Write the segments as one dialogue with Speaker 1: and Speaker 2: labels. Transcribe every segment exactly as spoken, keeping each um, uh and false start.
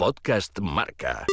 Speaker 1: Podcast Marca.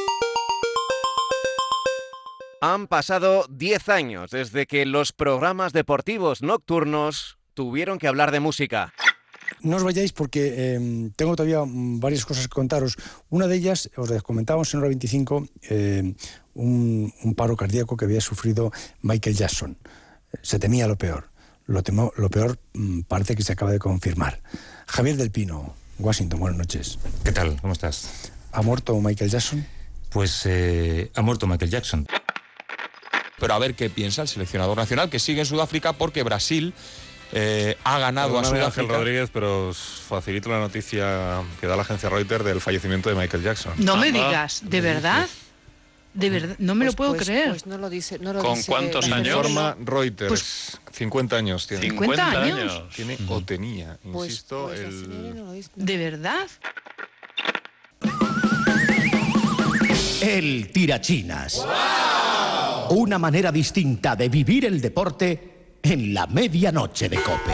Speaker 2: Han pasado diez años desde que los programas deportivos nocturnos tuvieron que hablar de música.
Speaker 3: No os vayáis porque eh, tengo todavía varias cosas que contaros. Una de ellas, os comentábamos en hora veinticinco, eh, un, un paro cardíaco que había sufrido Michael Jackson. Se temía lo peor. Lo, temo, lo peor mmm, parece que se acaba de confirmar. Javier del Pino, Washington, buenas noches.
Speaker 4: ¿Qué tal? ¿Cómo estás?
Speaker 3: ¿Ha muerto Michael Jackson?
Speaker 4: Pues eh, ha muerto Michael Jackson.
Speaker 5: Pero a ver qué piensa el seleccionador nacional, que sigue en Sudáfrica porque Brasil eh, ha ganado
Speaker 6: Perdóname,
Speaker 5: a Sudáfrica.
Speaker 6: Ángel Rodríguez, pero os facilito la noticia que da la agencia Reuters del fallecimiento de Michael Jackson.
Speaker 7: No me digas, ¿de verdad? De verdad, no me
Speaker 8: pues,
Speaker 7: lo puedo
Speaker 8: pues,
Speaker 7: creer.
Speaker 8: Pues no lo dice, no lo
Speaker 6: ¿Con
Speaker 8: dice
Speaker 6: cuántos años? Informa Reuters. Pues, cincuenta años tiene.
Speaker 7: ¿cincuenta años?
Speaker 6: Tiene o tenía,
Speaker 8: pues,
Speaker 6: insisto.
Speaker 8: Pues,
Speaker 6: el...
Speaker 8: no lo dice, no.
Speaker 7: ¿De verdad?
Speaker 9: El tirachinas. ¡Wow! Una manera distinta de vivir el deporte en la medianoche de COPE.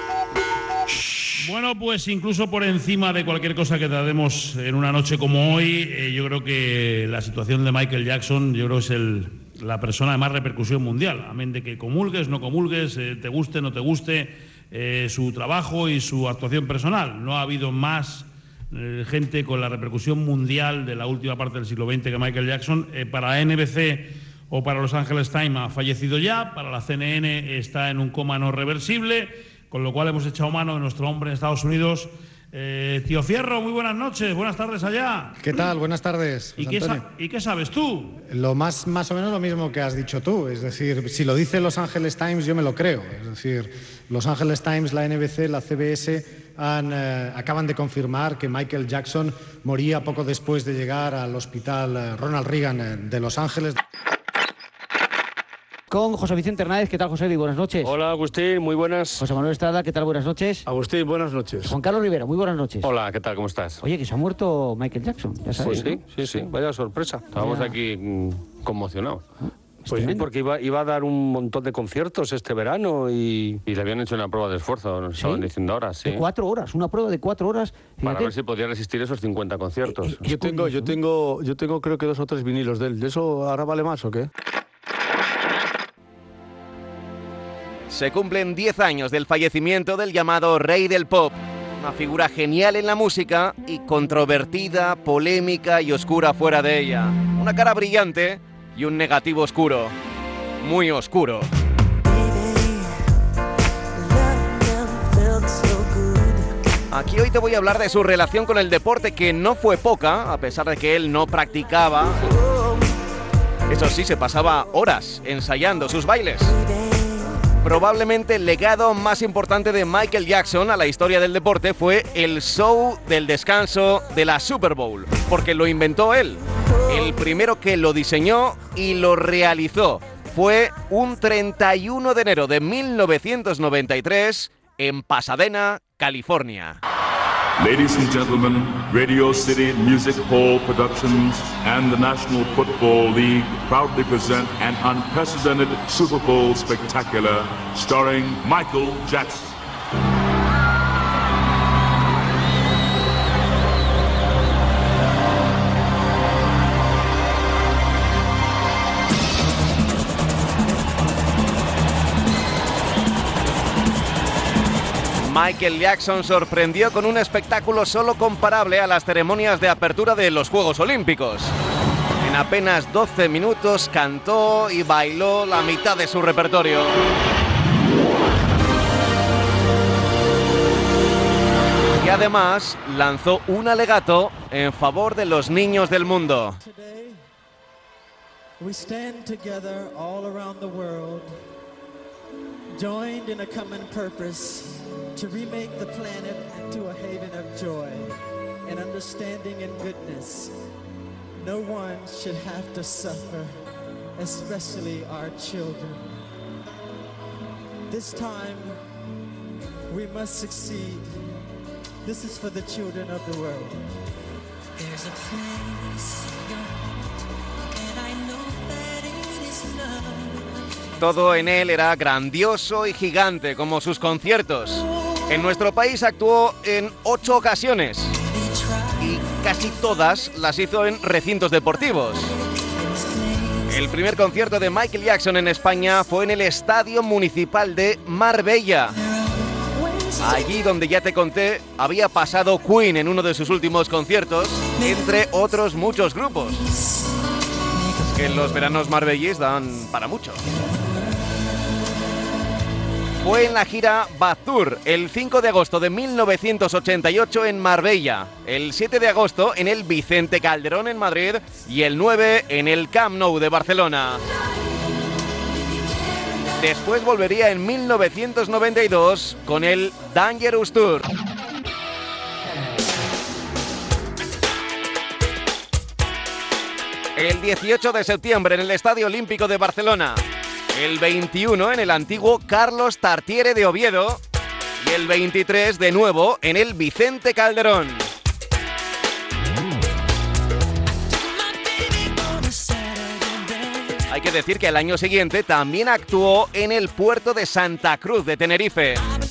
Speaker 10: Bueno, pues incluso por encima de cualquier cosa que tratemos en una noche como hoy, eh, yo creo que la situación de Michael Jackson, yo creo que es el, la persona de más repercusión mundial. Amén de que comulgues, no comulgues, eh, te guste, no te guste, eh, su trabajo y su actuación personal. No ha habido más eh, gente con la repercusión mundial de la última parte del siglo veinte que Michael Jackson. Eh, para la N B C o para Los Angeles Times ha fallecido ya, para la C N N está en un coma no reversible, con lo cual hemos echado mano de nuestro hombre en Estados Unidos. Eh, tío Fierro, muy buenas noches, buenas tardes allá.
Speaker 11: ¿Qué tal? Buenas tardes.
Speaker 10: ¿Y qué, sa- ¿Y qué sabes tú?
Speaker 11: Lo más, más o menos lo mismo que has dicho tú, es decir, si lo dice Los Angeles Times yo me lo creo. Es decir, Los Angeles Times, la N B C, la C B S han, eh, acaban de confirmar que Michael Jackson moría poco después de llegar al hospital eh, Ronald Reagan eh, de Los Ángeles.
Speaker 12: Con José Vicente Hernández, ¿qué tal, José? Buenas noches.
Speaker 13: Hola, Agustín, muy buenas.
Speaker 12: José Manuel Estrada, ¿qué tal? Buenas noches.
Speaker 13: Agustín, buenas noches.
Speaker 12: Juan Carlos Rivera, muy buenas noches.
Speaker 13: Hola, ¿qué tal? ¿Cómo estás?
Speaker 12: Oye, que se ha muerto Michael Jackson, ya sabes.
Speaker 13: Pues sí,
Speaker 12: ¿no?
Speaker 13: sí, sí, vaya sorpresa. Estábamos
Speaker 12: Vaya.
Speaker 13: aquí mmm, conmocionados. Pues sí,
Speaker 12: tremendo.
Speaker 13: porque iba, iba a dar un montón de conciertos este verano y, y le habían hecho una prueba de esfuerzo, nos
Speaker 12: ¿Sí?
Speaker 13: estaban diciendo ahora, sí.
Speaker 12: De cuatro horas, una prueba de cuatro horas.
Speaker 13: Para
Speaker 12: Fíjate.
Speaker 13: ver si podía resistir esos cincuenta conciertos.
Speaker 12: Eh, eh,
Speaker 14: Yo tengo, yo tengo, yo tengo creo que dos o tres vinilos de él. ¿De eso ahora vale más o qué?
Speaker 2: Se cumplen diez años del fallecimiento del llamado Rey del Pop. Una figura genial en la música y controvertida, polémica y oscura fuera de ella. Una cara brillante y un negativo oscuro. Muy oscuro. Aquí hoy te voy a hablar de su relación con el deporte, que no fue poca, a pesar de que él no practicaba. Eso sí, se pasaba horas ensayando sus bailes. Probablemente el legado más importante de Michael Jackson a la historia del deporte fue el show del descanso de la Super Bowl, porque lo inventó él. El primero que lo diseñó y lo realizó fue un treinta y uno de enero de mil novecientos noventa y tres en Pasadena, California.
Speaker 15: Ladies and gentlemen, Radio City Music Hall Productions and the National Football League proudly present an unprecedented Super Bowl spectacular starring Michael Jackson.
Speaker 2: Michael Jackson sorprendió con un espectáculo solo comparable a las ceremonias de apertura de los Juegos Olímpicos. En apenas doce minutos cantó y bailó la mitad de su repertorio. Y además lanzó un alegato en favor de los niños del mundo.
Speaker 16: Today, we stand together all around the world, joined in a common purpose to remake the planet into a haven of joy and understanding and goodness. No one should have to suffer, especially our children. This time, we must succeed. This is for the children of the world.
Speaker 17: There's a place and I know that it is love.
Speaker 2: Todo en él era grandioso y gigante, como sus conciertos. En nuestro país actuó en ocho ocasiones y casi todas las hizo en recintos deportivos. El primer concierto de Michael Jackson en España fue en el Estadio Municipal de Marbella. Allí donde ya te conté, había pasado Queen en uno de sus últimos conciertos, entre otros muchos grupos. Es que los veranos marbellíes dan para mucho. Fue en la gira Bad Tour el cinco de agosto de mil novecientos ochenta y ocho en Marbella, el siete de agosto en el Vicente Calderón en Madrid y el nueve en el Camp Nou de Barcelona. Después volvería en mil novecientos noventa y dos con el Dangerous Tour. El dieciocho de septiembre en el Estadio Olímpico de Barcelona. El veintiuno en el antiguo Carlos Tartiere de Oviedo. Y el veintitrés de nuevo en el Vicente Calderón. Hay que decir que al año siguiente también actuó en el puerto de Santa Cruz de Tenerife.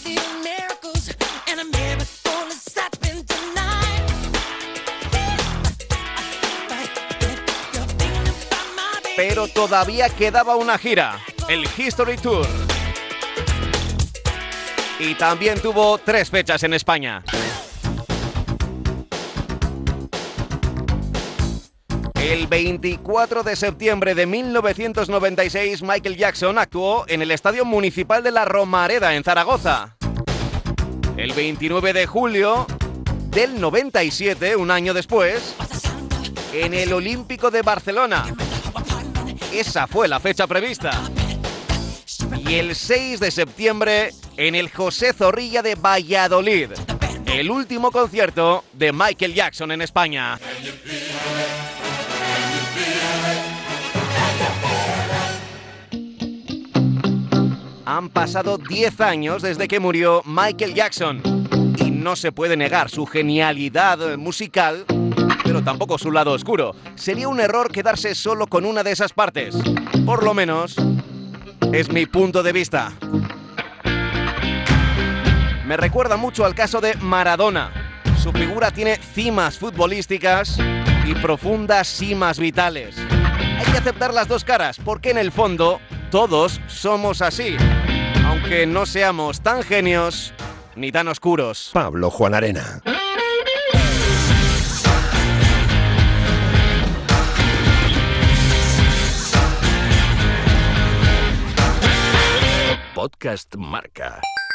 Speaker 2: Pero todavía quedaba una gira, el History Tour. Y también tuvo tres fechas en España. El veinticuatro de septiembre de mil novecientos noventa y seis, Michael Jackson actuó en el Estadio Municipal de la Romareda, en Zaragoza. El veintinueve de julio del noventa y siete, un año después, en el Olímpico de Barcelona. Esa fue la fecha prevista. Y el seis de septiembre en el José Zorrilla de Valladolid. El último concierto de Michael Jackson en España. Han pasado diez años desde que murió Michael Jackson. Y no se puede negar su genialidad musical, pero tampoco su lado oscuro. Sería un error quedarse solo con una de esas partes. Por lo menos, es mi punto de vista. Me recuerda mucho al caso de Maradona. Su figura tiene cimas futbolísticas y profundas cimas vitales. Hay que aceptar las dos caras, porque en el fondo todos somos así, aunque no seamos tan genios ni tan oscuros.
Speaker 1: Pablo Juan Arena. Podcast Marca.